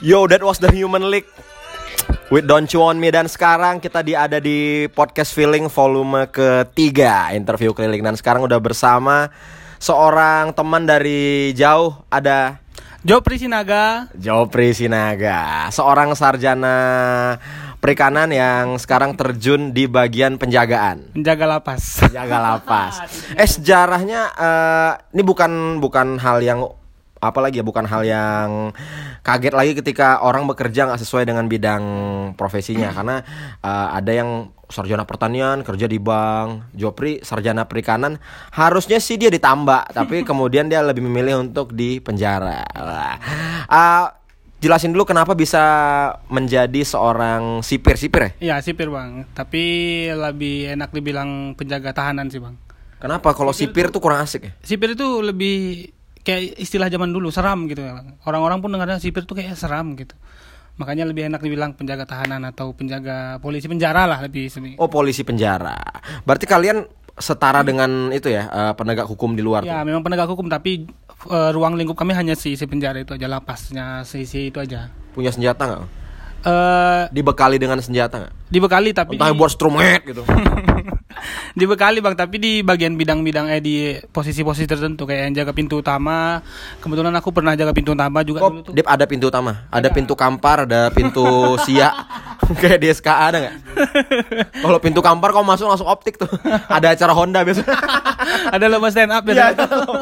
Yo, that was the Human League with Don't You Want Me. Dan sekarang kita ada di Podcast Feeling volume ketiga, interview keliling. Dan sekarang udah bersama seorang teman dari jauh, ada Jopri Sinaga. Seorang sarjana perikanan yang sekarang terjun di bagian penjagaan. Penjaga lapas. Sejarahnya ini bukan hal yang bukan hal yang kaget lagi ketika orang bekerja nggak sesuai dengan bidang profesinya. Karena ada yang sarjana pertanian kerja di bank, Jopri sarjana perikanan, harusnya sih dia ditambah, tapi kemudian dia lebih memilih untuk di penjara. Jelasin dulu kenapa bisa menjadi seorang sipir ya? Iya, sipir bang, tapi lebih enak dibilang penjaga tahanan sih bang. Kenapa? Kalau sipir tuh kurang asik ya? Sipir itu lebih kayak istilah zaman dulu, seram gitu ya bang. Orang-orang pun dengarnya sipir tuh kayak seram gitu. Makanya lebih enak dibilang penjaga tahanan atau penjaga polisi penjara lah lebih sini. Oh, polisi penjara. Berarti kalian setara dengan itu ya, penegak hukum di luar? Ya, memang penegak hukum, tapi ruang lingkup kami hanya si penjara itu aja, lapasnya si itu aja. Punya senjata nggak? Dibekali dengan senjata nggak? Dibekali, tapi entah buat strumet gitu. Dibekali bang, tapi di bagian bidang-bidang di posisi-posisi tertentu, kayak yang jaga pintu utama. Kebetulan aku pernah jaga pintu utama juga dulu tuh. Ada pintu utama, ada pintu kampar, ada pintu siak. Kayak di SKA ada nggak? Kalau pintu kampar kau masuk langsung optik tuh. Ada acara Honda biasa. Ada lomba stand up biasa.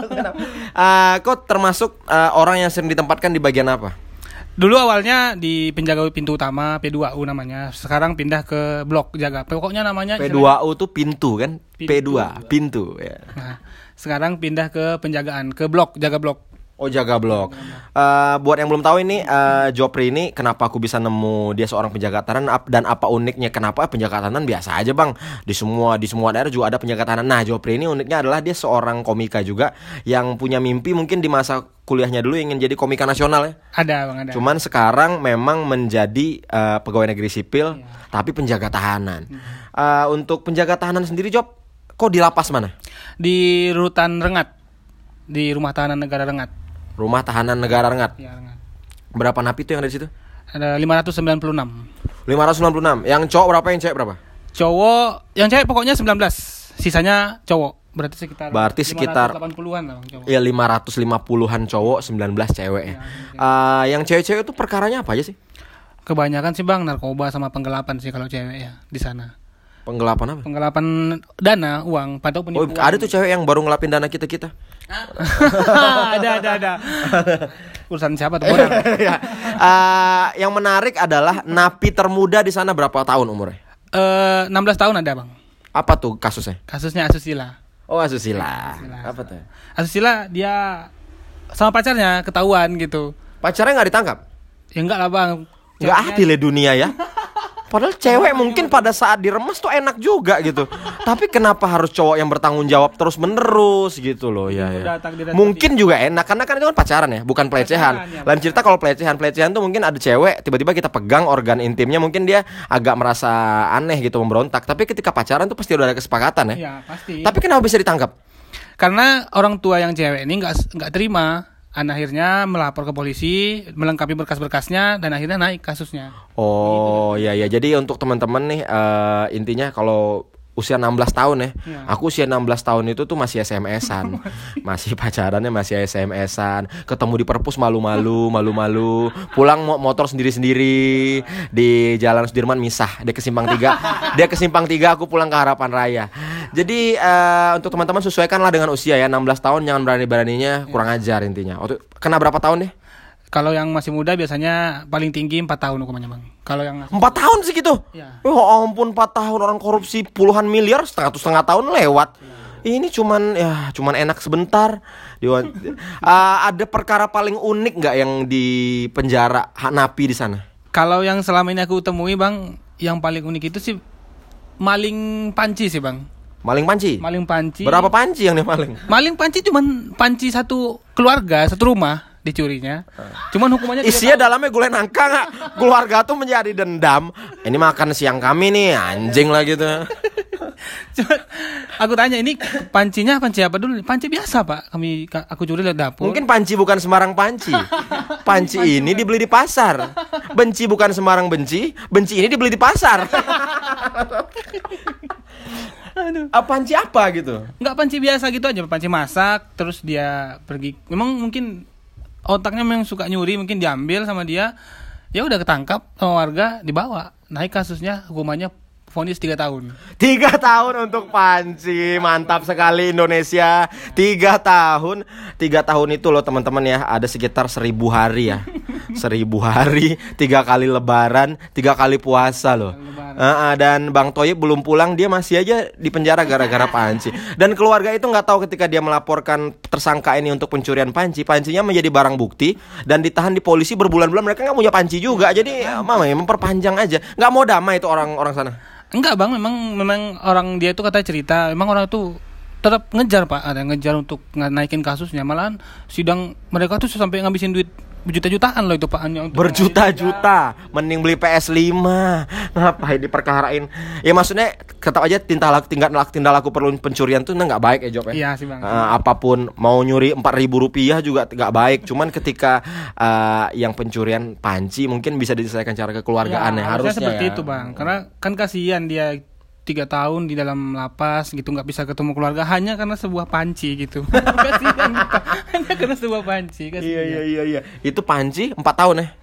Kau termasuk orang yang sering ditempatkan di bagian apa? Dulu awalnya di penjaga pintu utama, P2U namanya. Sekarang pindah ke blok jaga. Pokoknya namanya P2U tuh pintu kan? P2, pintu ya. Nah, sekarang pindah ke penjagaan, ke blok, jaga blok. Oh, jaga blok. Buat yang belum tahu ini, Jopri ini kenapa aku bisa nemu dia seorang penjaga tahanan dan apa uniknya? Kenapa penjaga tahanan biasa aja bang? Di semua daerah juga ada penjaga tahanan. Nah, Jopri ini uniknya adalah dia seorang komika juga yang punya mimpi mungkin di masa kuliahnya dulu ingin jadi komika nasional ya. Ada bang, ada. Cuman sekarang memang menjadi pegawai negeri sipil, tapi penjaga tahanan. Untuk penjaga tahanan sendiri, Job, kok di lapas mana? Di Rutan Rengat, di Rumah Tahanan Negara Rengat. Rumah Tahanan Negara Rengat. Ya, Rengat. Berapa napi itu yang ada di situ? Ada 596. 596. Yang cowok berapa, yang cewek berapa? Cowok, yang cewek pokoknya 19. Sisanya cowok. Berarti sekitar 580-an lah cowok. Iya, 550-an cowok, 19 cewek ya. Yang cewek-cewek itu perkaranya apa aja sih? Kebanyakan sih bang narkoba sama penggelapan sih kalau cewek ya di sana. Penggelapan apa? Penggelapan dana, uang, atau penipuan. Oh, ada tuh cewek yang baru ngelapin dana kita. Ada. Urusan siapa tuh orang? Yang menarik adalah napi termuda di sana berapa tahun umurnya? 16 tahun ada bang. Apa tuh kasusnya? Kasusnya asusila. Oh, asusila. Apa tuh? Asusila dia sama pacarnya ketahuan gitu. Pacarnya nggak ditangkap? Ya enggak lah bang. Nggak adil ya dunia ya. Padahal cewek mungkin pada saat diremes tuh enak juga gitu. Tapi kenapa harus cowok yang bertanggung jawab terus menerus gitu loh ya. Mungkin juga enak karena kan itu kan pacaran ya, bukan pelecehan. Lain cerita kalau pelecehan tuh mungkin ada cewek tiba-tiba kita pegang organ intimnya, mungkin dia agak merasa aneh gitu, memberontak. Tapi ketika pacaran tuh pasti udah ada kesepakatan ya. Iya, pasti. Tapi kenapa bisa ditangkap? Karena orang tua yang cewek ini nggak terima. Akhirnya melapor ke polisi, melengkapi berkas-berkasnya, dan akhirnya naik kasusnya. Oh gitu. Ya. Jadi untuk teman-teman nih, intinya kalau usia 16 tahun ya. Aku usia 16 tahun itu tuh masih SMS-an. Masih pacarannya masih SMS-an. Ketemu di perpus malu-malu. Pulang motor sendiri-sendiri. Di Jalan Sudirman misah. Dia ke Simpang 3, aku pulang ke Harapan Raya. Jadi untuk teman-teman sesuaikanlah dengan usia ya. 16 tahun jangan berani-beraninya kurang ajar intinya. Kena berapa tahun deh? Kalau yang masih muda biasanya paling tinggi 4 tahun hukumannya bang. Kalau yang 4 tahun segitu? Ya. Oh ampun, 4 tahun orang korupsi puluhan miliar setengah tahun lewat. Ini cuman enak sebentar. Ada perkara paling unik nggak yang di penjara napi di sana? Kalau yang selama ini aku temui bang, yang paling unik itu sih maling panci sih bang. Maling panci? Maling panci. Berapa panci yang dia maling? Maling panci cuman panci satu keluarga, satu rumah dicurinya. Cuman hukumannya isinya dalamnya gulai nangka nggak? Keluarga tuh menjadi dendam. Ini makan siang kami nih, anjing lah gitu. Cuma aku tanya ini pancinya panci apa dulu? Panci biasa Pak. Aku curi lihat dapur. Mungkin panci bukan sembarang panci. Panci ini dibeli di pasar. Benci bukan sembarang benci. Benci ini dibeli di pasar. Aduh. Panci apa gitu? Enggak, panci biasa gitu aja, panci masak. Terus dia pergi. Memang mungkin otaknya memang suka nyuri, mungkin diambil sama dia. Ya udah ketangkap sama warga, dibawa. Naik kasusnya, hukumannya vonis 3 tahun. 3 tahun untuk panci. Mantap sekali Indonesia. 3 tahun. 3 tahun itu loh teman-teman ya. Ada sekitar 1000 hari ya. 1000 hari, 3 kali lebaran, 3 kali puasa loh. Dan Bang Toyib belum pulang, dia masih aja di penjara gara-gara panci. Dan keluarga itu nggak tahu ketika dia melaporkan tersangka ini untuk pencurian panci, pancinya menjadi barang bukti dan ditahan di polisi berbulan-bulan. Mereka nggak punya panci juga. Jadi mama memperpanjang aja. Nggak mau damai itu orang-orang sana. Enggak Bang, memang orang dia itu katanya cerita, memang orang itu tetap ngejar Pak, ada ngejar untuk naikin kasusnya, malahan sidang mereka tuh sampai ngabisin duit berjuta-jutaan loh itu Pak, hanya untuk berjuta-juta, mending beli PS5. Ngapain diperkarain? Ya maksudnya tetap aja tindak laku perlu pencurian tuh nggak baik ya Job ya. Iya sih Bang. Apapun mau nyuri 4.000 rupiah juga nggak baik. Cuman ketika yang pencurian panci mungkin bisa diselesaikan cara kekeluargaan ya, harusnya seperti ya. itu Bang, karena kan kasihan dia 3 tahun di dalam lapas gitu, nggak bisa ketemu keluarga hanya karena sebuah panci gitu. Kasihan Pak. Hanya karena sebuah panci. Iya. Itu panci 4 tahun ya?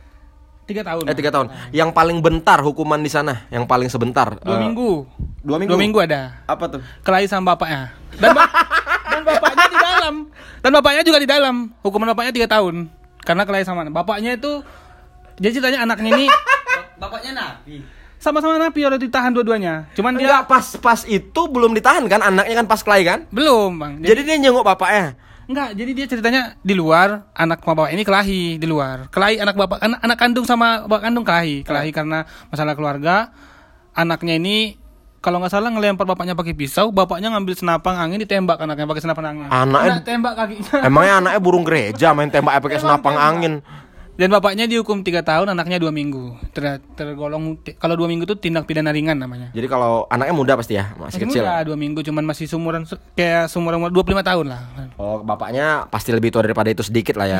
3 tahun. 3 tahun. Yang paling bentar hukuman di sana, yang paling sebentar. 2 minggu. 2 minggu. 2 minggu ada. Apa tuh? Kelahi sama bapaknya. Dan bapaknya di dalam. Dan bapaknya juga di dalam. Hukuman bapaknya 3 tahun. Karena kelahi sama bapaknya itu. Jadi ceritanya anaknya ini bapaknya napi. Sama-sama napi, udah ditahan dua-duanya. Cuman dia enggak, pas itu belum ditahan kan, anaknya kan pas kelahi kan? Belum Bang. Jadi dia nyenguk bapaknya. Enggak, jadi dia ceritanya di luar, anak bapak ini kelahi di luar. Kelahi anak bapak, anak kandung sama bapak kandung kelahi karena masalah keluarga. Anaknya ini kalau nggak salah ngelempar bapaknya pakai pisau, bapaknya ngambil senapang angin ditembak anaknya pakai senapang angin. Anaknya tembak kakinya. Emangnya anaknya burung gereja main tembak pakai senapang angin. Dan bapaknya dihukum 3 tahun, anaknya 2 minggu. Tergolong kalau 2 minggu itu tindak pidana ringan namanya. Jadi kalau anaknya muda pasti ya, masih kecil. Muda, 2 minggu, cuman masih seumuran kayak seumuran 25 tahun lah. Oh, bapaknya pasti lebih tua daripada itu sedikit lah ya.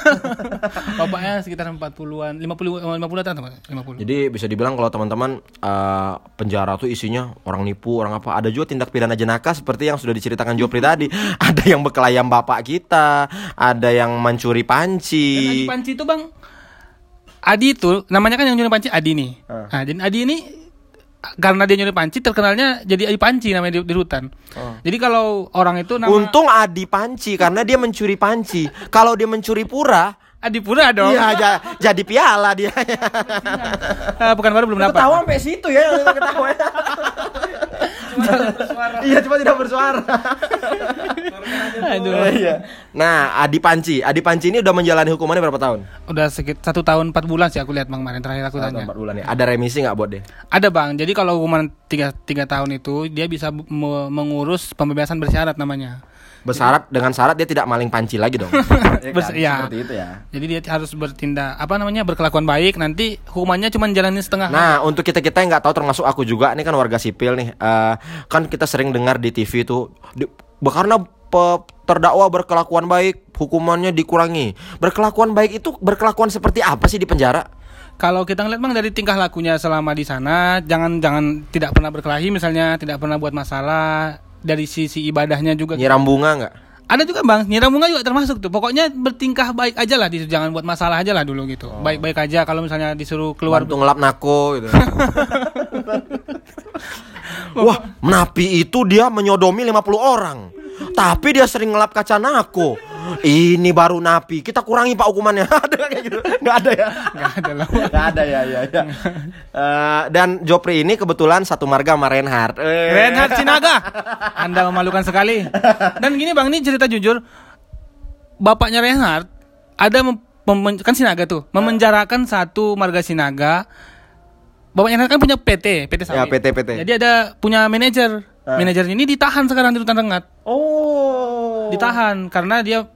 Bapaknya sekitar 40-an, 50 tahun, 50. Jadi bisa dibilang kalau teman-teman penjara tuh isinya orang nipu, orang apa. Ada juga tindak pidana jenaka seperti yang sudah diceritakan Jopri tadi. Ada yang bekelayam bapak kita, ada yang mencuri panci. Dan Adi Panci itu Bang, Adi itu namanya kan yang nyuri panci Adi nih. Nah, dan Adi ini karena dia nyuri panci terkenalnya jadi Adi Panci namanya di rutan. Jadi kalau orang itu untung Adi Panci karena dia mencuri panci. Kalau dia mencuri pura, Adi Pura dong. Iya, jadi piala dia. Bukan baru belum dapat. Ketawa sampai situ ya yang ketawa. Iya, cuma tidak bersuara. Aduh. Iya. Nah, Adi Panci ini udah menjalani hukumannya berapa tahun? Udah sekitar 1 tahun 4 bulan sih aku lihat Bang kemarin terakhir aku tanya. 4 bulan ya. Ada remisi nggak buat dia? Ada Bang. Jadi kalau hukuman 3 tahun itu dia bisa mengurus pembebasan bersyarat namanya. Bersyarat dengan syarat dia tidak maling panci lagi dong. Ya. Seperti itu ya. Jadi dia harus bertindak berkelakuan baik. Nanti hukumannya cuma jalanin setengah. Nah, untuk kita yang nggak tahu termasuk aku juga, ini kan warga sipil nih. Kan kita sering dengar di TV tuh karena terdakwa berkelakuan baik hukumannya dikurangi. Berkelakuan baik itu berkelakuan seperti apa sih di penjara? Kalau kita ngeliat Bang dari tingkah lakunya selama di sana, jangan tidak pernah berkelahi misalnya, tidak pernah buat masalah. Dari sisi ibadahnya juga. Nyiram bunga nggak? Ada juga Bang, nyiram bunga juga termasuk tuh. Pokoknya bertingkah baik aja lah, jangan buat masalah aja lah dulu gitu. Baik-baik aja kalau misalnya disuruh keluar. Bantu ngelap nako gitu. Wah, napi itu dia menyodomi 50 orang. Tapi dia sering ngelap kaca nako. Ini baru napi. Kita kurangi Pak hukumannya. Ada kayak gitu? Nggak ada ya? Nggak ada lah. Nggak ada ya. Dan Jopri ini kebetulan satu marga sama Reinhard. Reinhard Sinaga. Anda memalukan sekali. Dan gini Bang, ini cerita jujur. Bapaknya Reinhard ada kan Sinaga tuh, memenjarakan satu marga Sinaga. Bapaknya Reinhard kan punya PT sawit. Ya, PT. Jadi ada punya manajer. Manajernya ini ditahan sekarang di Rutan Rengat. Oh. Ditahan karena dia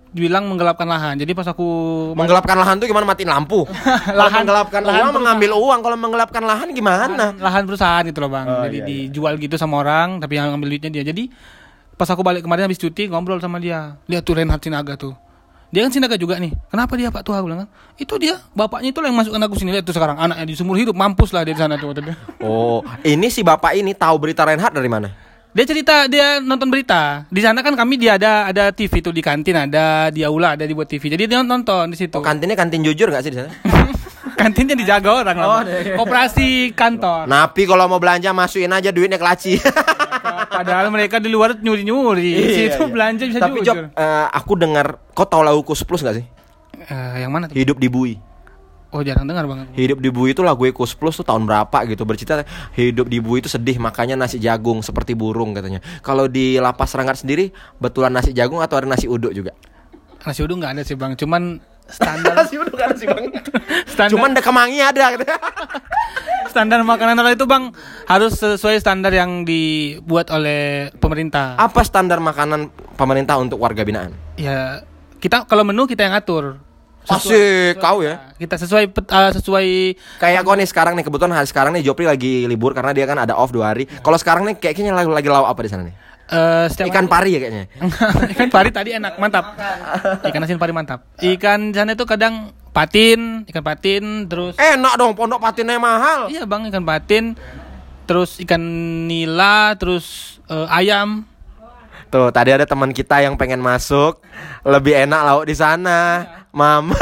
dibilang menggelapkan lahan. Jadi pas aku Menggelapkan lahan tuh gimana, matiin lampu? Lahan- Menggelapkan lahan uang, mengambil uang. Kalau menggelapkan lahan gimana? lahan perusahaan gitu loh Bang. Oh, Jadi iya, dijual gitu sama orang, tapi yang ngambil duitnya dia. Jadi pas aku balik kemarin habis cuti ngobrol sama dia. Lihat tuh Reinhard Sinaga tuh. Dia kan Sinaga juga nih. Kenapa dia Pak Tua? Aku bilang kan. Itu dia, bapaknya itu yang masukkan aku sini. Lihat tuh sekarang anaknya di seumur hidup mampus lah dia di sana tuh. Kata dia. Oh, ini si bapak ini tahu berita Reinhard dari mana? Dia cerita dia nonton berita. Di sana kan kami dia ada TV tuh di kantin, ada di aula, ada dibuat TV. Jadi dia nonton di situ. Oh, kantinnya kantin jujur nggak sih di sana? Kantinnya dijaga orang lah. Koperasi kantor. Napi kalau mau belanja masukin aja duitnya ke laci. Padahal mereka di luar nyuri-nyuri. Di situ belanja bisa Tapi Job, jujur. aku dengar, kau tahu lagu Kus Plus nggak sih? Yang mana tuh? Hidup di Bui. Oh, jarang dengar banget. Hidup di Bui itu lagu Kus Plus tuh tahun berapa gitu, bercerita hidup di Bui itu sedih, makanya nasi jagung seperti burung katanya. Kalau di Lapas Rengat sendiri betulan nasi jagung atau ada nasi uduk juga? Nasi uduk nggak ada sih Bang, cuman standar Nasi uduk ada sih Bang. standar, Cuman ada kemangi ada gitu. standar makanan orang itu Bang harus sesuai standar yang dibuat oleh pemerintah. Apa standar makanan pemerintah untuk warga binaan? Ya, kita kalau menu kita yang atur. Asik, kau ya. Kita sesuai Kayak kau nih sekarang nih, kebetulan hari sekarang nih Jopri lagi libur karena dia kan ada off 2 hari. Kalau sekarang nih kayaknya lagi lauk apa di sana nih? setiap Ikan pari ya kayaknya. ikan pari tadi enak, mantap. Ikan asin pari mantap. Ikan sana itu kadang ikan patin terus Enak dong, pondok patinnya mahal. iya Bang, ikan patin terus ikan nila terus ayam. Tuh, tadi ada teman kita yang pengen masuk, lebih enak lauk di sana, Mam.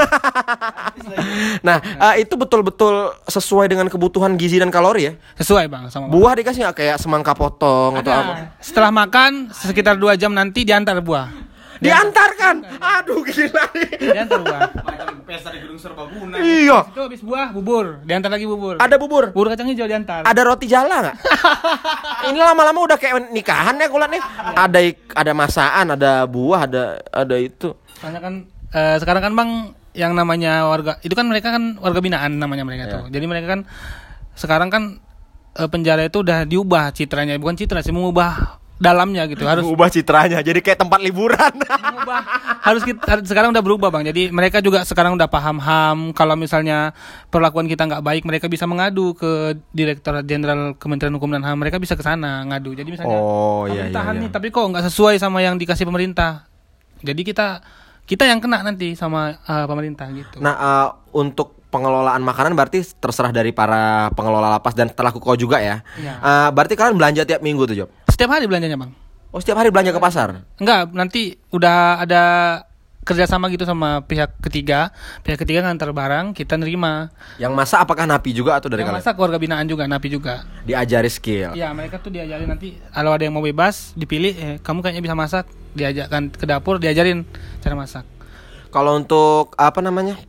Nah, itu betul-betul sesuai dengan kebutuhan gizi dan kalori ya. Sesuai Bang sama Bang. Buah dikasih nggak kayak semangka potong atau apa? Setelah makan sekitar 2 jam nanti diantar buah. Diantarkan. Aduh, gila nih. Diantar buah. Macam pesta di Gedung Serbaguna. Iya. Itu habis buah bubur, diantar lagi bubur. Ada bubur. Bubur kacang hijau diantar. Ada roti jala nggak? Ini lama-lama udah kayak nikahan ya kulat nih. Ada masakan, ada buah, ada itu. Soalnya kan sekarang kan Bang yang namanya warga itu kan mereka kan warga binaan namanya mereka tuh. Jadi mereka kan sekarang kan penjara itu udah diubah citranya, bukan citra sih, mengubah dalamnya gitu. Harus Ubah citranya jadi kayak tempat liburan. mengubah. Harus kita sekarang udah berubah Bang. Jadi mereka juga sekarang udah paham HAM. Kalau misalnya perlakuan kita nggak baik, mereka bisa mengadu ke Direktorat Jenderal Kementerian Hukum dan HAM. Mereka bisa ke sana ngadu. Jadi misalnya Iya. tahan nih, tapi kok nggak sesuai sama yang dikasih pemerintah. Jadi kita yang kena nanti sama pemerintah gitu. Nah, untuk pengelolaan makanan berarti terserah dari para pengelola lapas dan terlaku kau juga ya. Iya. Berarti kalian belanja tiap minggu tuh, Job? Setiap hari belanjanya Bang. Oh, setiap hari belanja ke pasar? Enggak, nanti udah ada kerjasama gitu sama pihak ketiga. Pihak ketiga ngantar barang, kita nerima. Yang masak apakah napi juga atau dari Yang kalian? masak keluarga binaan juga, napi juga. Diajari skill. Iya, mereka tuh diajarin nanti kalau ada yang mau bebas dipilih, kamu kayaknya bisa masak, diajakkan ke dapur, diajarin cara masak. Kalau untuk apa namanya?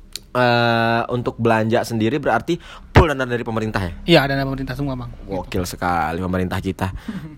Untuk belanja sendiri berarti full dana dari pemerintah ya? Iya, dana pemerintah semua Bang. Gokil sekali pemerintah kita.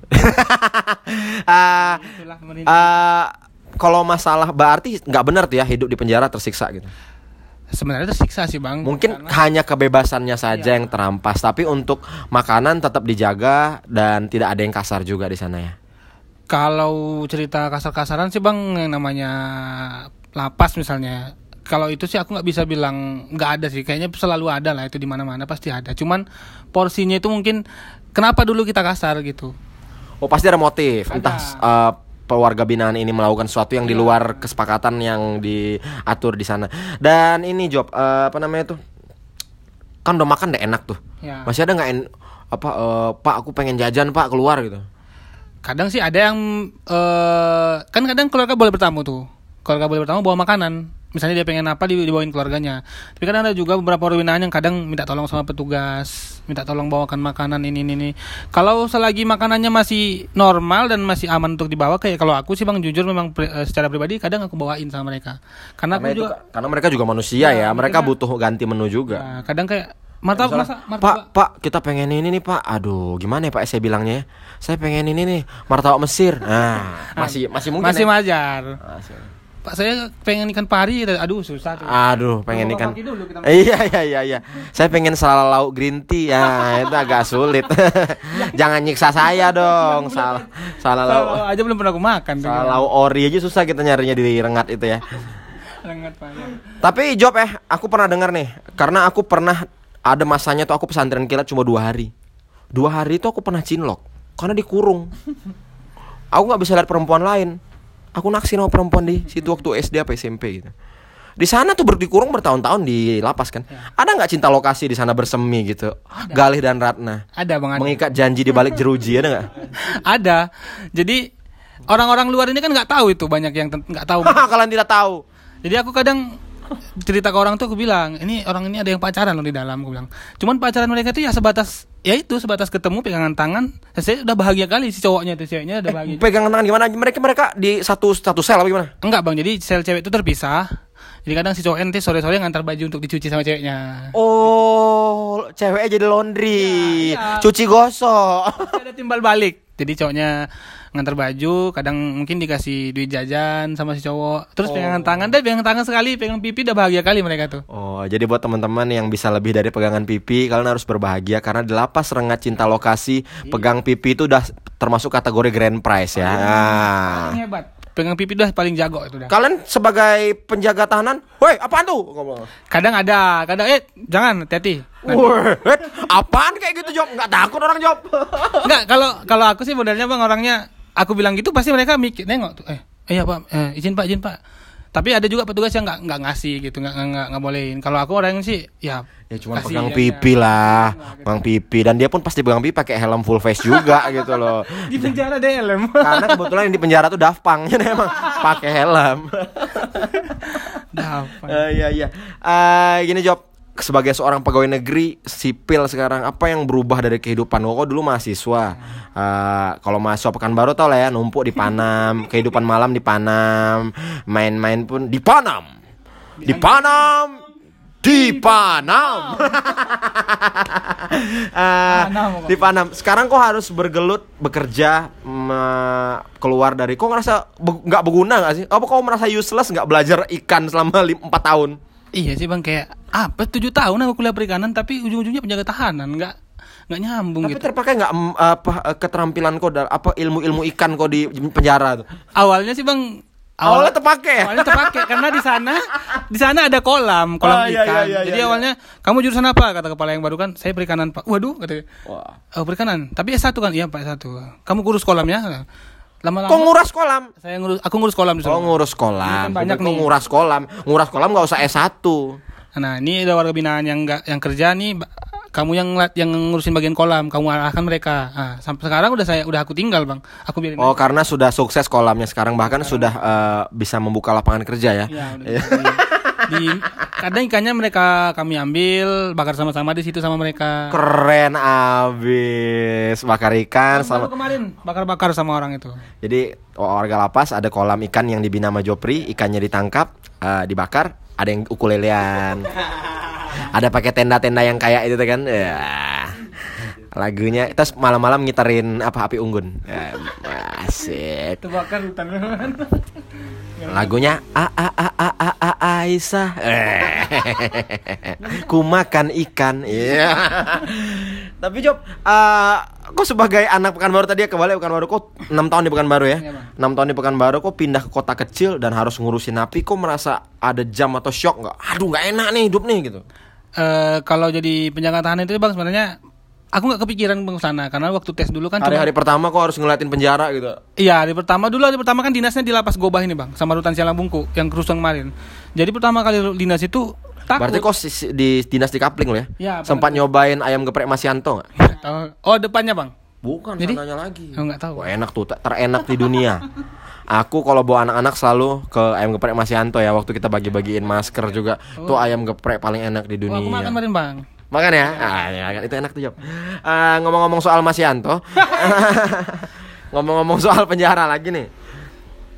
Itulah pemerintah. Kalau masalah berarti nggak benar tuh ya hidup di penjara tersiksa gitu. Sebenarnya tersiksa sih Bang. Mungkin hanya kebebasannya saja yang terampas, tapi untuk makanan tetap dijaga dan tidak ada yang kasar juga di sana ya. Kalau cerita kasar-kasaran sih Bang, yang namanya lapas misalnya. Kalau itu sih aku nggak bisa bilang nggak ada sih. Kayaknya selalu ada lah, itu di mana-mana pasti ada. Cuman porsinya itu mungkin kenapa dulu kita kasar gitu. Oh, pasti ada motif. Ada. Entah keluarga binaan ini melakukan sesuatu yang di luar kesepakatan yang diatur di sana. Dan ini Job, apa namanya tuh? Kan udah makan deh enak tuh. Ya. Masih ada nggak Pak, aku pengen jajan Pak, keluar gitu. Kadang sih ada yang kan kadang keluarga boleh bertamu tuh. Keluarga boleh bertamu bawa makanan. Misalnya dia pengen apa dibawain keluarganya. Tapi kadang ada juga beberapa orang binaan yang kadang minta tolong sama petugas, minta tolong bawakan makanan ini. Kalau selagi makanannya masih normal dan masih aman untuk dibawa, kayak kalau aku sih Bang jujur memang secara pribadi kadang aku bawain sama mereka. Karena Mereka juga manusia ya, mereka butuh ganti menu juga. Ya, kadang kayak martabak. Pak, kita pengen ini nih Pak. Aduh, gimana ya Pak saya bilangnya? Saya pengen ini nih, martabak Mesir. Nah, masih mungkin. Masih ya? wajar. Pak saya pengen ikan pari, aduh susah tuh. Aduh, pengen Coba ikan. kaki dulu kita. Iya. Saya pengen salah lauk green tea ya, itu agak sulit. Jangan nyiksa saya dong. Salah lauk. Aja belum pernah aku makan. Salah lauk ori aja susah kita nyarinya di Rengat itu ya. Rengat Pak. Tapi Job aku pernah dengar nih, karena aku pernah ada masanya tuh aku pesantren kilat cuma 2 hari. 2 hari itu aku pernah cinlok karena dikurung. Aku nggak bisa lihat perempuan lain. Aku naksir sama perempuan di situ waktu SD apa SMP gitu. Di sana tuh dikurung bertahun-tahun di lapas kan. Ya. Ada nggak cinta lokasi di sana bersemi gitu? Ada. Galih dan Ratna. Ada Bang. Mengikat janji di balik jeruji ada nggak? Ada. Jadi orang-orang luar ini kan nggak tahu itu, banyak yang nggak tahu. Kalian tidak tahu. Jadi aku kadang cerita ke orang tuh, aku bilang ini orang ini ada yang pacaran loh di dalam, aku bilang. Cuman pacaran mereka tuh ya sebatas ketemu pegangan tangan. Saya udah bahagia kali si cowoknya tuh, ceweknya udah bahagia. Pegangan tangan gimana? Mereka di satu sel apa gimana? Enggak Bang, jadi sel cewek itu terpisah. Jadi kadang si cowok nanti sore-sore ngantar baju untuk dicuci sama ceweknya. Oh, ceweknya jadi laundry, ya. Cuci gosok. Ada timbal balik. Jadi cowoknya ngantar baju, kadang mungkin dikasih duit jajan sama si cowok. Terus pegangan tangan sekali, pegang pipi udah bahagia kali mereka tuh. Oh, jadi buat teman-teman yang bisa lebih dari pegangan pipi, kalian harus berbahagia karena di lapas Rengat Cinta Lokasi, pegang pipi itu udah termasuk kategori grand prize ya. Paling hebat. Pegang pipi udah paling jago itu dah. Kalian sebagai penjaga tahanan, woi apaan tuh? Kadang jangan hati-hati. Apaan kayak gitu Job? Nggak takut orang Job? Nggak, kalau aku sih sebenarnya Bang, orangnya aku bilang gitu pasti mereka mikir nengok tuh. Iya Pak, izin Pak. Tapi ada juga petugas yang nggak ngasih gitu, nggak bolehin. Kalau aku orang sih ya cuma pegang pipi lah, pegang pipi, dan dia pun pasti pegang pipi pakai helm full face juga gitu loh. Di penjara ada helm. Karena kebetulan yang di penjara tuh Daft Punk, jadi emang pakai helm. Daft Punk. Iya. Gini Job, sebagai seorang pegawai negeri sipil sekarang, apa yang berubah dari kehidupan lo? Kok dulu mahasiswa, kalau mahasiswa Pekanbaru tau lah ya, numpuk di Panam, kehidupan malam di Panam, main-main pun di Panam. Di Panam. Sekarang kok harus bergelut bekerja, keluar dari, kok ngerasa nggak berguna nggak sih? Apa kau merasa useless nggak belajar ikan selama 4 tahun? Iya sih Bang, kayak 7 tahun aku kuliah perikanan tapi ujung-ujungnya penjaga tahanan, nggak nyambung. Tapi gitu. Terpakai nggak keterampilan kau, ilmu ikan kau di penjara tuh? Awalnya sih Bang, awalnya terpakai karena di sana ada kolam ikan. Jadi awalnya kamu jurusan apa, kata kepala yang baru kan, saya perikanan Pak. Waduh, katanya. Oh, perikanan. Tapi S1 kan? Iya Pak, S1. Kamu kurus kolamnya? Lama-lama. Kok nguras kolam? Aku ngurus kolam di sana. Oh, ngurus kolam. Banyak nih. Nguras kolam nggak usah S1. Nah, ini ada warga binaan yang kerja nih. Kamu yang ngurusin bagian kolam, kamu arahkan mereka. Nah, sampai sekarang udah aku tinggal Bang. Aku biarin. Oh, karena sudah sukses kolamnya sekarang, bahkan sudah bisa membuka lapangan kerja ya. Iya, kadang ikannya kami ambil, bakar sama-sama di situ sama mereka. Keren abis, bakar ikan sama. Kemarin bakar-bakar sama orang itu. Jadi warga lapas ada kolam ikan yang dibina sama Jopri, ikannya ditangkap, dibakar, ada yang ukulelean. Ada pakai tenda-tenda yang kayak itu kan. Ya. Lagunya terus malam-malam ngiterin api unggun. Ya, asik. Terbakar hutan. Lagunya Aisyah. Ku makan ikan. Iya. Tapi Job, kok sebagai anak Pekanbaru tadi ya, kembali Pekanbaru, kok 6 tahun di Pekanbaru ya? 6 tahun di Pekanbaru, kok pindah ke kota kecil dan harus ngurusin napi, kok merasa ada jam atau shock nggak? Aduh, nggak enak nih hidup nih gitu. Kalau jadi penjaga tahanan itu Bang, sebenarnya aku nggak kepikiran Bang sana, karena waktu tes dulu kan hari-hari pertama kok harus ngeliatin penjara gitu. Iya, hari pertama kan dinasnya di Lapas Gobah ini Bang, sama Rutan Sialang Bungku yang kerusuhan kemarin. Jadi pertama kali dinas itu takut. Berarti kok di dinas di Kapling lo ya? Ya, sempat nyobain ayam geprek Mas Yanto nggak? Oh, depannya Bang? Bukan, jadi sananya lagi. Oh, nggak tahu. Wah, enak tuh, terenak di dunia. Aku kalau bawa anak-anak selalu ke ayam geprek Mas Yanto ya, waktu kita bagi-bagiin masker juga. Tuh ayam geprek paling enak di dunia. Aku makan kemarin Bang. Makan ya? Ya, itu enak tuh Job. Ngomong-ngomong soal Mas Yanto. Ngomong-ngomong soal penjara lagi nih.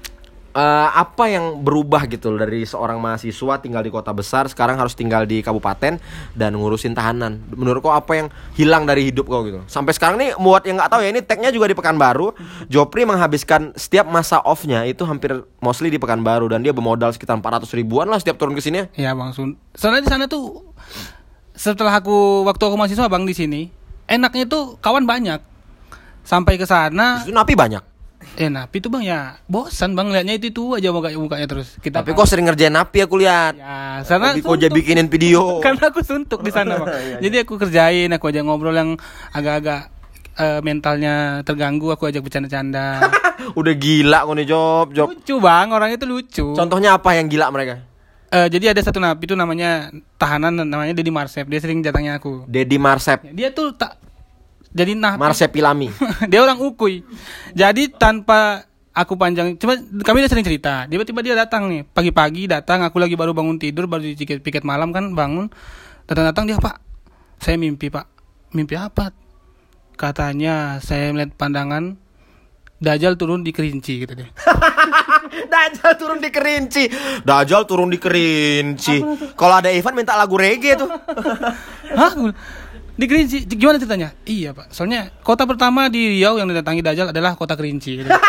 apa yang berubah gitu dari seorang mahasiswa tinggal di kota besar sekarang harus tinggal di kabupaten dan ngurusin tahanan? Menurut kau apa yang hilang dari hidup kau gitu? Sampai sekarang nih buat yang nggak tahu ya, ini tagnya juga di Pekanbaru. Jopri menghabiskan setiap masa off-nya itu hampir mostly di Pekanbaru dan dia bermodal sekitar 400 ribuan lah setiap turun ke sini. Iya bang, soalnya di sana tuh setelah waktu aku mahasiswa bang di sini, enaknya tuh kawan banyak. Sampai ke sana. Itu napi banyak. Napi tuh bang ya bosan bang liatnya itu aja mukanya terus. Tapi kok sering ngerjain napi aku lihat. Ya, sana kok aja bikinin video. Karena aku suntuk di sana bang. Jadi aku kerjain, aku aja ngobrol yang agak-agak mentalnya terganggu, aku ajak bercanda-canda. Udah gila kok nih Job. Lucu bang, orang itu lucu. Contohnya apa yang gila mereka? Jadi ada satu napi tuh namanya tahanan, namanya Dedi Marsep. Dia sering datangnya aku. Dedi Marsep. Dia tuh jadi Marsepilami. Dia orang Ukui. Jadi tanpa aku panjang, cuma kami udah sering cerita. Tiba-tiba dia datang nih, pagi-pagi datang. Aku lagi baru bangun tidur, baru piket malam kan bangun. Datang dia, Pak. Saya mimpi Pak. Mimpi apa? Katanya saya melihat pandangan Dajjal turun di Kerinci gitu deh. Dajjal turun di Kerinci. Dajjal turun di Kerinci. Kalau ada event minta lagu reggae tuh. Hah? Di Kerinci, gimana ceritanya? Iya Pak, soalnya kota pertama di Riau yang didatangi Dajjal adalah kota Kerinci gitu.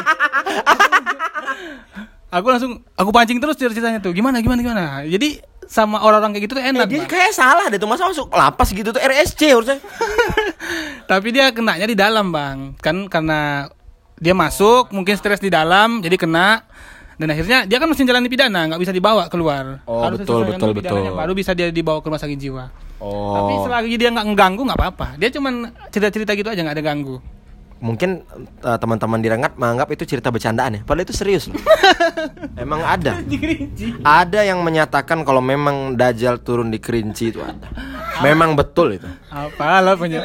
Aku pancing terus ceritanya tuh. Gimana? Jadi sama orang-orang kayak gitu tuh enak. Dia kayak salah deh tuh, masa masuk lapas gitu tuh RSC harusnya. Tapi dia kenanya di dalam bang, kan karena dia masuk mungkin stres di dalam jadi kena. Dan akhirnya dia kan mesti jalani pidana, nggak bisa dibawa keluar. Oh harus betul. Baru bisa dia dibawa ke rumah sakit jiwa. Oh. Tapi selagi dia nggak mengganggu nggak apa-apa. Dia cuman cerita-cerita gitu aja, nggak ada ganggu. Mungkin teman-teman di Rengat menganggap itu cerita bercandaan ya, padahal itu serius loh. Emang ada. Ada yang menyatakan kalau memang Dajjal turun di Kerinci itu ada. Memang betul itu. Apalah punya.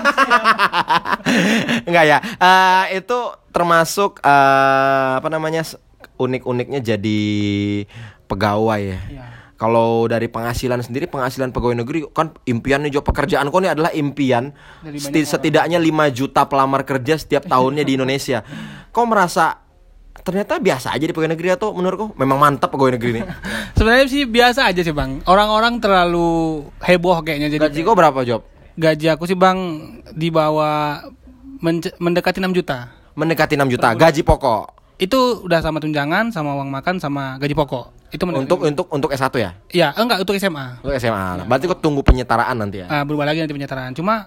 Enggak ya. Itu termasuk unik-uniknya jadi pegawai ya. Kalau dari penghasilan sendiri, penghasilan pegawai negeri kan impian nih, job pekerjaan kok nih adalah impian setidaknya 5 juta pelamar kerja setiap tahunnya di Indonesia. Kok merasa ternyata biasa aja di pegawai negeri atau menurut kok memang mantap pegawai negeri ini? Sebenarnya sih biasa aja sih bang. Orang-orang terlalu heboh kayaknya. Jadi gaji kok berapa Job? Gaji aku sih bang di bawah mendekati 6 juta. Mendekati 6 juta gaji pokok. Itu udah sama tunjangan, sama uang makan, sama gaji pokok. Itu untuk S1 ya? Iya, enggak untuk SMA. Untuk SMA. Berarti kok tunggu penyetaraan nanti ya? Berubah lagi nanti penyetaraan. Cuma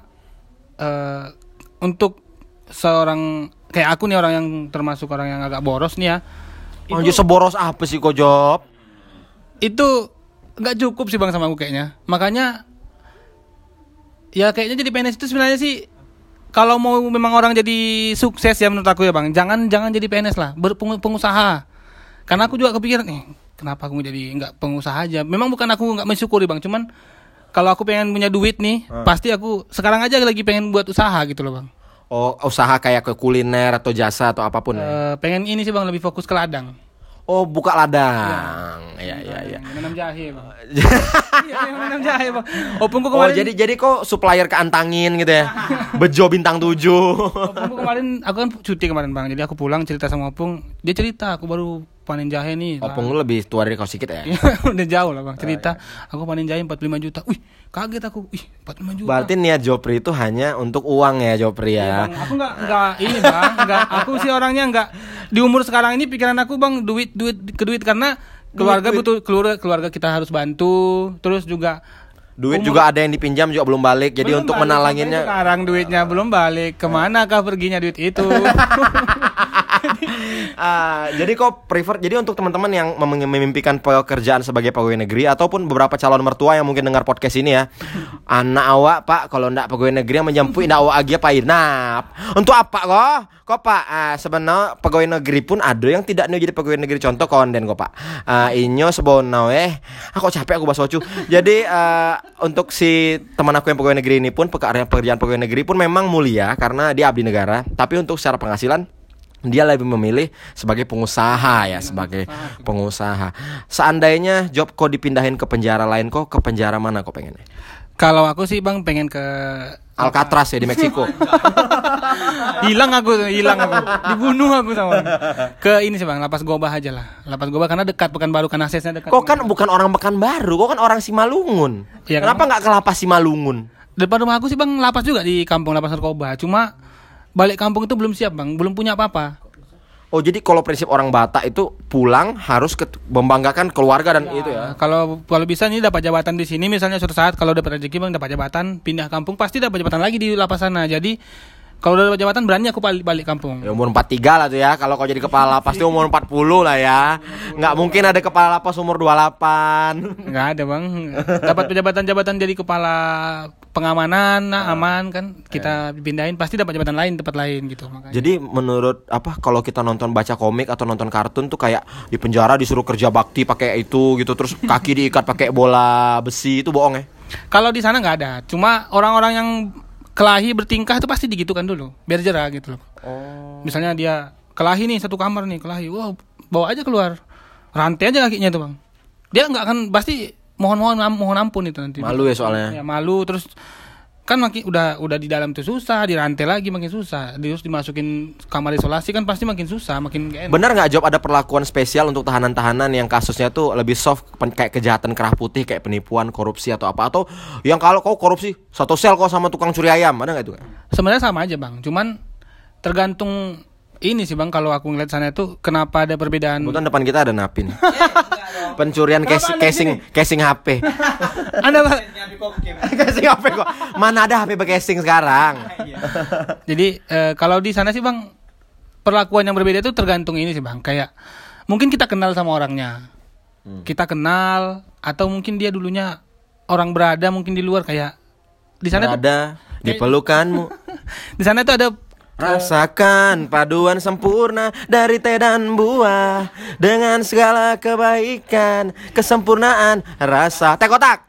untuk seorang kayak aku nih, orang yang termasuk orang yang agak boros nih ya. Anjir seboros apa sih kok Job? Itu enggak cukup sih bang sama aku kayaknya. Makanya ya kayaknya jadi PNS itu sebenarnya sih, kalau mau memang orang jadi sukses ya menurut aku ya bang, jangan jadi PNS lah, pengusaha. Karena aku juga kepikiran kenapa aku jadi nggak pengusaha aja. Memang bukan aku nggak mensyukuri bang, cuman kalau aku pengen punya duit nih, pasti aku sekarang aja lagi pengen buat usaha gitu loh bang. Oh, usaha kayak ke kuliner atau jasa atau apapun ya? Pengen ini sih bang, lebih fokus ke ladang. Oh, buka ladang. Iya. Menanam jahe bang. Iya, menanam jahe bang. Opungku kemarin. Oh, jadi kok supplier ke Antangin gitu ya? Bejo bintang 7. Opungku kemarin, aku kan cuti kemarin bang. Jadi aku pulang cerita sama Opung. Dia cerita aku baru panen jahe nih. Opung lu lebih tua dari kau sedikit ya? Udah jauh lah bang. Cerita aku panen jahe 45 juta. Wih, kaget aku. 45 juta. Berarti niat Jopri itu hanya untuk uang ya Jopri ya? Bang, aku enggak ini bang. Aku sih orangnya enggak. Di umur sekarang ini pikiran aku bang duit karena keluarga butuh, keluarga kita harus bantu. Terus juga duit juga ada yang dipinjam juga belum balik. Jadi belum untuk balik, menalanginnya sekarang duitnya belum balik. Kemana kah perginya duit itu? Jadi kok prefer, jadi untuk teman-teman yang memimpikan pekerjaan sebagai pegawai negeri ataupun beberapa calon mertua yang mungkin dengar podcast ini ya, anak awak pak kalau ndak pegawai negeri yang menjemput ndak awak agi apa inap untuk apa kok pak sebenarnya pegawai negeri pun ada yang tidak nih jadi pegawai negeri, contoh konden kok pak inyo sebonau aku capek aku bahasa ocu. Jadi untuk si teman aku yang pegawai negeri ini pun pekerjaan pegawai negeri pun memang mulia karena dia abdi negara, tapi untuk secara penghasilan dia lebih memilih sebagai pengusaha ya, sebagai pengusaha. Seandainya job kok dipindahin ke penjara lain, kok ke penjara mana kok pengennya? Kalau aku sih bang pengen ke Alcatraz ya di Meksiko. Hilang aku. Dibunuh aku sama. Ke ini sih Bang, Lapas Gobah aja lah. Lapas Gobah karena dekat Pekanbaru, kan aksesnya dekat. Kok kan bukan orang Pekanbaru, kok kan orang Simalungun. Iya, Kenapa nggak ke Lapas Simalungun? Depan rumah aku sih Bang, lapas juga di kampung, lapas narkoba. Cuma balik kampung itu belum siap Bang, belum punya apa-apa. Oh, jadi kalau prinsip orang Batak itu pulang harus membanggakan keluarga dan itu ya. Kalau bisa nih dapat jabatan di sini, misalnya suatu saat kalau dapat rezeki Bang, dapat jabatan, pindah kampung pasti dapat jabatan lagi di lapas sana. Jadi kalau udah dapat jabatan berani aku balik kampung. Ya, umur 43 lah tuh ya. Kalau kau jadi kepala lapas tuh umur 40 lah ya. Nggak mungkin ada kepala lapas umur 28. Nggak ada Bang. Dapat jabatan jadi kepala pengamanan, aman kan. Kita pindahin pasti dapat jabatan lain, tempat lain gitu. Makanya. Jadi menurut kalau kita nonton baca komik atau nonton kartun tuh kayak di penjara disuruh kerja bakti pakai itu gitu, terus kaki diikat pakai bola besi, itu bohong ya? Kalau di sana nggak ada. Cuma orang-orang yang kelahi bertingkah itu pasti digitukan dulu biar jerah gitu loh. Misalnya dia kelahi nih, satu kamar nih kelahi, wah bawa aja keluar, rantai aja kakinya tuh Bang. Dia nggak akan, pasti mohon ampun itu nanti. Malu ya soalnya. Ya malu, terus kan makin udah di dalam tuh susah, dirantai lagi makin susah, terus dimasukin kamar isolasi kan pasti makin susah, makin gak enak. Benar nggak Job ada perlakuan spesial untuk tahanan-tahanan yang kasusnya tuh lebih soft, kayak kejahatan kerah putih, kayak penipuan, korupsi atau apa, atau yang kalau kau korupsi satu sel kau sama tukang curi ayam, ada nggak itu? Sebenarnya sama aja Bang, cuman tergantung ini sih Bang, kalau aku ngeliat sana itu kenapa ada perbedaan. Kebetulan depan kita ada Napin. Pencurian casing HP. Ada Bang. Casing HP kok. Mana ada HP casing sekarang. Jadi kalau di sana sih Bang, perlakuan yang berbeda itu tergantung ini sih Bang. Kayak mungkin kita kenal sama orangnya. Kita kenal, atau mungkin dia dulunya orang berada mungkin di luar, kayak di sana ada di pelukanmu. Di sana tuh ada rasakan paduan sempurna dari teh dan buah dengan segala kebaikan, kesempurnaan rasa. Teh kotak.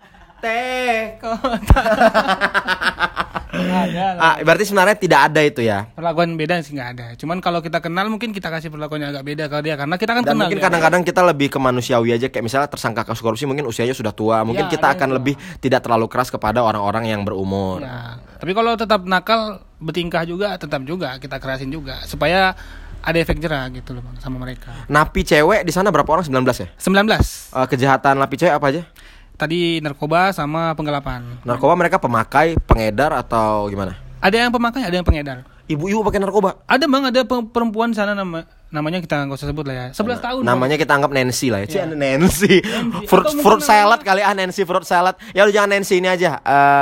Berarti sebenarnya tidak ada itu ya. Perlakuan beda sih nggak ada. Cuman kalau kita kenal mungkin kita kasih perlakuan yang agak beda kalau dia, karena kita kan dan kenal. Mungkin kadang-kadang kita lebih ke manusiawi aja, kayak misalnya tersangka kasus korupsi mungkin usianya sudah tua, mungkin kita akan lebih tidak terlalu keras kepada orang-orang yang berumur. Ya. Tapi kalau tetap nakal, bertingkah juga, tetap juga kita kerasin juga supaya ada efek jerah gitu loh Bang sama mereka. Napi cewek di sana berapa orang? 19 ya? 19. Kejahatan napi cewek apa aja? Tadi narkoba sama penggelapan. Narkoba mereka pemakai, pengedar atau gimana? Ada yang pemakai, ada yang pengedar. Ibu-ibu pakai narkoba? Ada Bang, ada perempuan di sana namanya kita nggak usah sebut lah ya. 11 tahun. Namanya Bang. Kita anggap Nancy lah ya. Ya. Nancy. Fruit salad kali Nancy fruit salad. Ya lu jangan Nancy ini aja.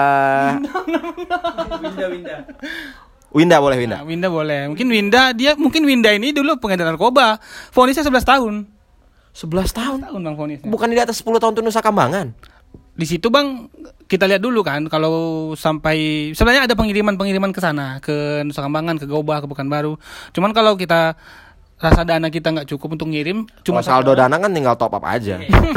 Winda boleh Winda. Nah, Winda boleh. Mungkin Winda ini dulu pengedar narkoba. Vonisnya 11 tahun. 11 tahun Bang vonisnya. Bukan di atas 10 tahun tuh Nusa Kambangan. Di situ Bang kita lihat dulu kan, kalau sampai sebenarnya ada pengiriman ke sana, ke Nusa Kambangan, ke Gobah, ke Pekanbaru. Cuman kalau kita rasa dana kita nggak cukup untuk ngirim, cuma saldo dana kan tinggal top up aja.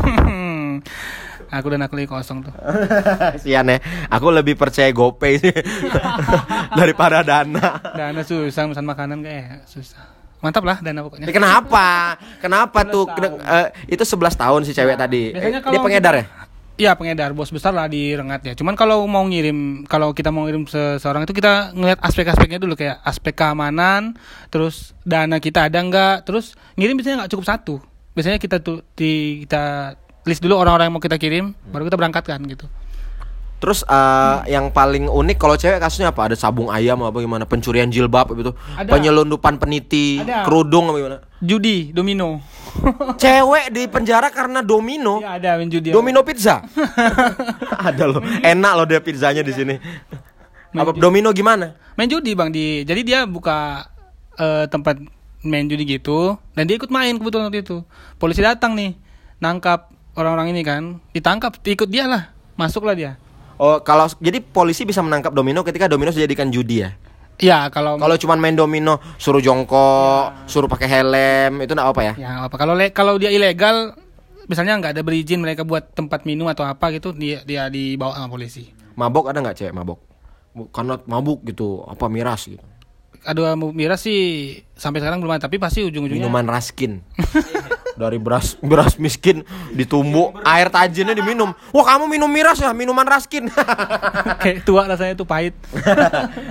Aku dan aku lagi kosong tuh. Sian ya. Aku lebih percaya GoPay sih daripada dana. Dana susah, pesan makanan kayak susah. Mantap lah dana pokoknya. Kenapa? Kenapa tuh? Itu 11 tahun si cewek tadi. Dia pengedar ya? Iya pengedar, bos besar lah di Rengat ya. Cuman kalau kita mau ngirim seseorang itu kita ngeliat aspek-aspeknya dulu, kayak aspek keamanan, terus dana kita ada nggak, terus ngirim biasanya nggak cukup satu. Biasanya kita list dulu orang-orang yang mau kita kirim, baru kita berangkatkan gitu. Terus yang paling unik kalau cewek kasusnya apa? Ada sabung ayam apa gimana? Pencurian jilbab gitu. Ada. Penyelundupan peniti, kerudung apa gimana? Judi, domino. Cewek di penjara karena domino. Ya ada main judi. Domino pizza. Ada loh. Enak loh dia pizzanya di sini. Apa domino gimana? Main judi Bang jadi dia buka tempat main judi gitu, dan dia ikut main kebetulan waktu itu. Polisi datang nih, nangkap orang-orang ini kan, ditangkap, ikut dia lah, masuklah dia. Oh, jadi polisi bisa menangkap domino ketika domino dijadikan judi ya? Iya, kalau cuman main domino suruh jongkok, suruh pakai helm, itu enggak apa ya? Ya, apa. Kalau dia ilegal, misalnya nggak ada berizin mereka buat tempat minum atau apa gitu, dia dibawa sama polisi. Mabok ada nggak cewek mabok? Karena mabuk gitu, apa miras gitu? Aduh, miras sih sampai sekarang belum ada, tapi pasti ujung-ujungnya minuman raskin. Dari beras miskin ditumbuk, air tajinnya diminum. Wah, kamu minum miras ya, minuman raskin. Kayak tua rasanya tuh pahit.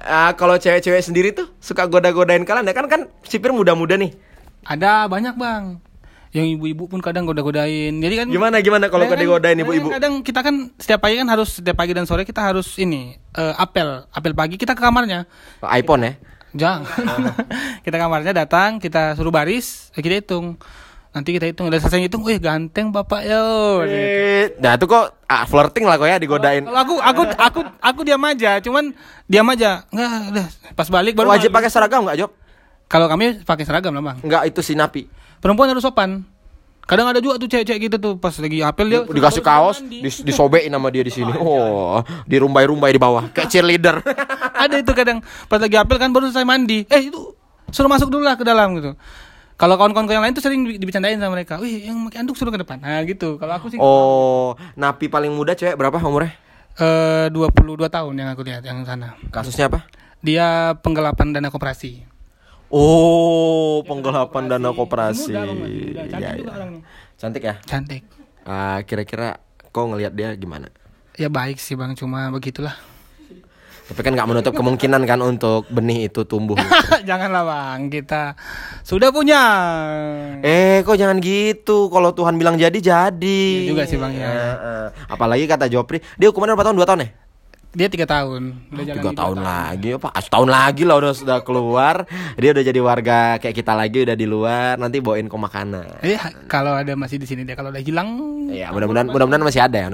Kalau cewek-cewek sendiri tuh suka goda-godain kalian ya kan sipir muda-muda nih. Ada banyak bang. Yang ibu-ibu pun kadang goda-godain. Jadi kan Gimana kalau goda-godain ibu-ibu? Kadang kita kan setiap pagi dan sore kita harus apel pagi kita ke kamarnya. iPhone ya? Jangan. Kita kamarnya datang, kita suruh baris, kita hitung. Nanti kita hitung, udah selesai hitung, wih ganteng bapak yo. Nah itu kok flirting lah kok ya digodain. Kalau aku diam aja, cuman diam aja. Enggak, udah pas balik baru. Wajib pakai seragam nggak Job? Kalau kami pakai seragam lah bang. Enggak, itu si napi. Perempuan harus sopan. Kadang ada juga tuh cewek-cewek gitu tuh pas lagi apel dia dikasih kaos, disobein sama dia di sini. Oh, dirumbai-rumbai di bawah kayak cheerleader. Ada itu kadang pas lagi apel kan baru selesai mandi. Itu suruh masuk dulu lah ke dalam gitu. Kalau kawan-kawan yang lain tuh sering dibercandain sama mereka. Wih, yang pakai anduk suruh ke depan. Nah, gitu. Kalau aku sih napi paling muda cewek berapa umurnya? 22 tahun yang aku lihat yang sana. Kasusnya apa? Dia penggelapan dana koperasi. Penggelapan dana koperasi. Cantik juga orangnya. Cantik ya? Cantik. Kira-kira kau ngelihat dia gimana? Ya baik sih bang, cuma begitulah. Tapi kan nggak menutup kemungkinan kan untuk benih itu tumbuh. Janganlah bang, kita sudah punya. Kok jangan gitu. Kalau Tuhan bilang jadi. Ya juga sih bang ya. Apalagi kata Jopri, dia hukumannya berapa tahun? 2 tahun ya? Dia 3 tahun. 3 tahun lagi, setahun lagi lah sudah keluar. Dia udah jadi warga kayak kita lagi, udah di luar. Nanti bawain kau makanan. Kalau ada masih di sini dia, kalau udah hilang. Ya mudah-mudahan masih ada ya.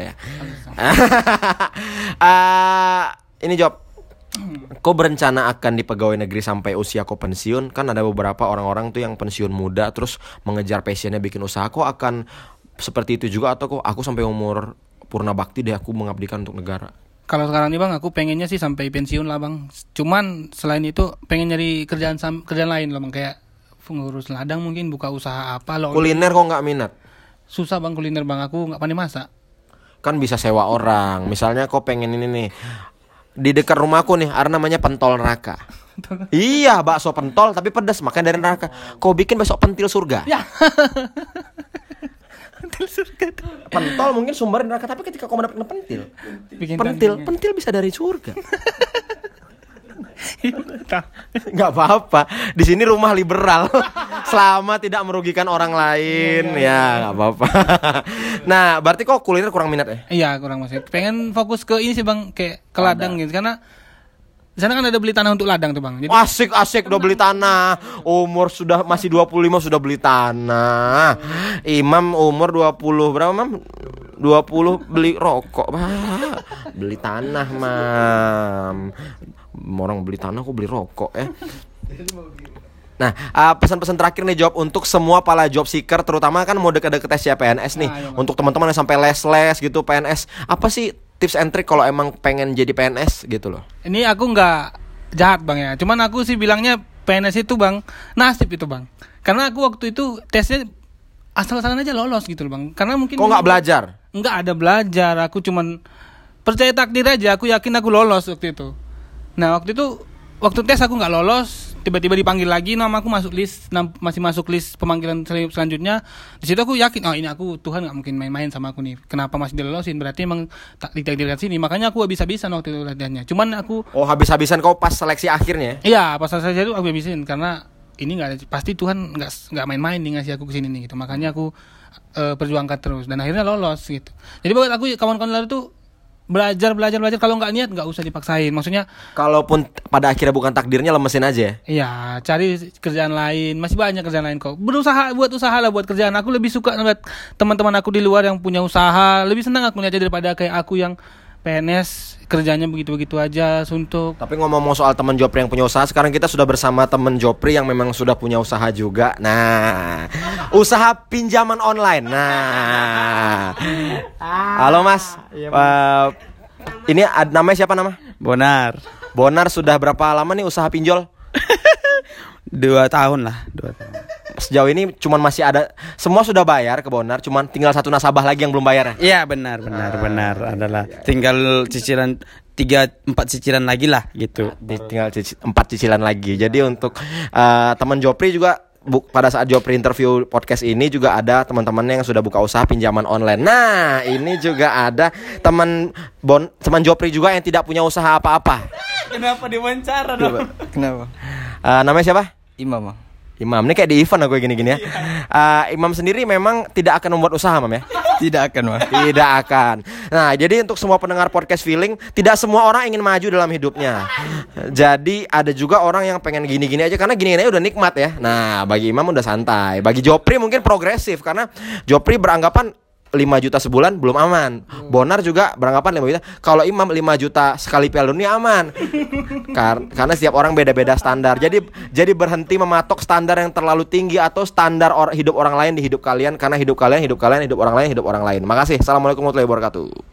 Ini Job, kau berencana akan di pegawai negeri sampai usia kau pensiun? Kan ada beberapa orang-orang tuh yang pensiun muda terus mengejar passionnya bikin usaha. Kau akan seperti itu juga atau aku sampai umur purna bakti deh aku mengabdikan untuk negara? Kalau sekarang nih bang, aku pengennya sih sampai pensiun lah bang. Cuman selain itu pengen nyari kerjaan lain loh bang, kayak ngurus ladang mungkin, buka usaha apa loh. Kuliner kok nggak minat? Susah bang kuliner bang, aku nggak pandai masak. Kan bisa sewa orang. Misalnya kau pengen ini nih, di dekat rumahku nih ada namanya pentol neraka. Iya, bakso pentol tapi pedas, makanya dari neraka. Kau bikin besok pentil surga. Ya. Pentil surga tuh. Pentol mungkin sumber neraka, tapi ketika kau mendapatkan pentil bisa dari surga. Nggak apa-apa. Di sini rumah liberal. Selama tidak merugikan orang lain, ya nggak apa-apa. Nah, berarti kok kuliner kurang minat ya? Iya, kurang masih. Pengen fokus ke ini sih bang, kayak ke ladang gitu. Karena di sana kan ada beli tanah untuk ladang tuh bang. Jadi, asik udah beli tanah. Umur masih 25 sudah beli tanah. Imam umur 20 berapa Mam? 20 beli rokok. Beli tanah Mam. Orang beli tanah kok beli rokok ya. Nah, pesan-pesan terakhir nih Job untuk semua para job seeker, terutama kan mau deket-deket tes ya PNS nih. Untuk teman-teman yang sampai les-les gitu PNS, apa sih tips and trick kalau emang pengen jadi PNS gitu loh? Ini aku nggak jahat bang ya, cuman aku sih bilangnya PNS itu bang nasib itu bang. Karena aku waktu itu tesnya asal-asalan aja lolos gitu loh bang. Karena mungkin kok nggak belajar? Nggak ada belajar, aku cuman percaya takdir aja. Aku yakin aku lolos waktu itu. Nah waktu tes aku nggak lolos, tiba-tiba dipanggil lagi, nama aku masuk list, masih masuk list pemanggilan selanjutnya. Di situ aku yakin, ini aku Tuhan nggak mungkin main-main sama aku nih. Kenapa masih dilolosin? Berarti emang tak ditakdirkan sini. Makanya aku habis-habisan waktu itu latihannya. Cuman aku habis-habisan kau pas seleksi akhirnya? Iya, pas seleksi itu aku habisin karena ini nggak ada, pasti Tuhan nggak main-main nih ngasih aku kesini nih gitu. Makanya aku perjuangkan terus dan akhirnya lolos gitu. Jadi buat aku kawan-kawan lalu tuh belajar kalau nggak niat nggak usah dipaksain. Maksudnya kalaupun pada akhirnya bukan takdirnya, lemesin aja. Iya, cari kerjaan lain, masih banyak kerjaan lain kok. Berusaha buat kerjaan. Aku lebih suka ngeliat teman-teman aku di luar yang punya usaha, lebih senang aku lihatnya daripada kayak aku yang PNS kerjanya begitu-begitu aja suntuk. Tapi ngomong soal teman Jopri yang punya usaha, sekarang kita sudah bersama teman Jopri yang memang sudah punya usaha juga. Nah, usaha pinjaman online. Nah, halo Mas. Ini namanya siapa nama? Bonar sudah berapa lama nih usaha pinjol? 2 tahun lah. Sejauh ini cuman masih ada, semua sudah bayar ke Bonar, cuman tinggal satu nasabah lagi yang belum bayar. Iya benar adalah tinggal cicilan 3-4 cicilan lagi lah gitu. Tinggal 4 cicilan lagi. Jadi untuk teman Jopri juga pada saat Jopri interview podcast ini juga ada teman-temannya yang sudah buka usaha pinjaman online. Nah, ini juga ada teman Jopri juga yang tidak punya usaha apa-apa. Kenapa diwawancara dong? Kenapa? Namanya siapa? Imam, Bang. Imam. Ini kayak di event aku gini-gini ya. Imam sendiri memang tidak akan membuat usaha, Mam ya? Tidak akan, Bang. Tidak akan. Nah, jadi untuk semua pendengar podcast Feeling, tidak semua orang ingin maju dalam hidupnya. Jadi ada juga orang yang pengen gini-gini aja karena gini-gini aja udah nikmat ya. Nah, bagi Imam udah santai. Bagi Jopri mungkin progresif karena Jopri beranggapan 5 juta sebulan belum aman. Bonar juga beranggapan 5 juta. Kalau Imam 5 juta sekali Piala Dunia aman. Karena setiap orang beda-beda standar. Jadi berhenti mematok standar yang terlalu tinggi atau standar hidup orang lain di hidup kalian, karena hidup kalian hidup orang lain hidup orang lain. Makasih. Assalamualaikum warahmatullahi wabarakatuh.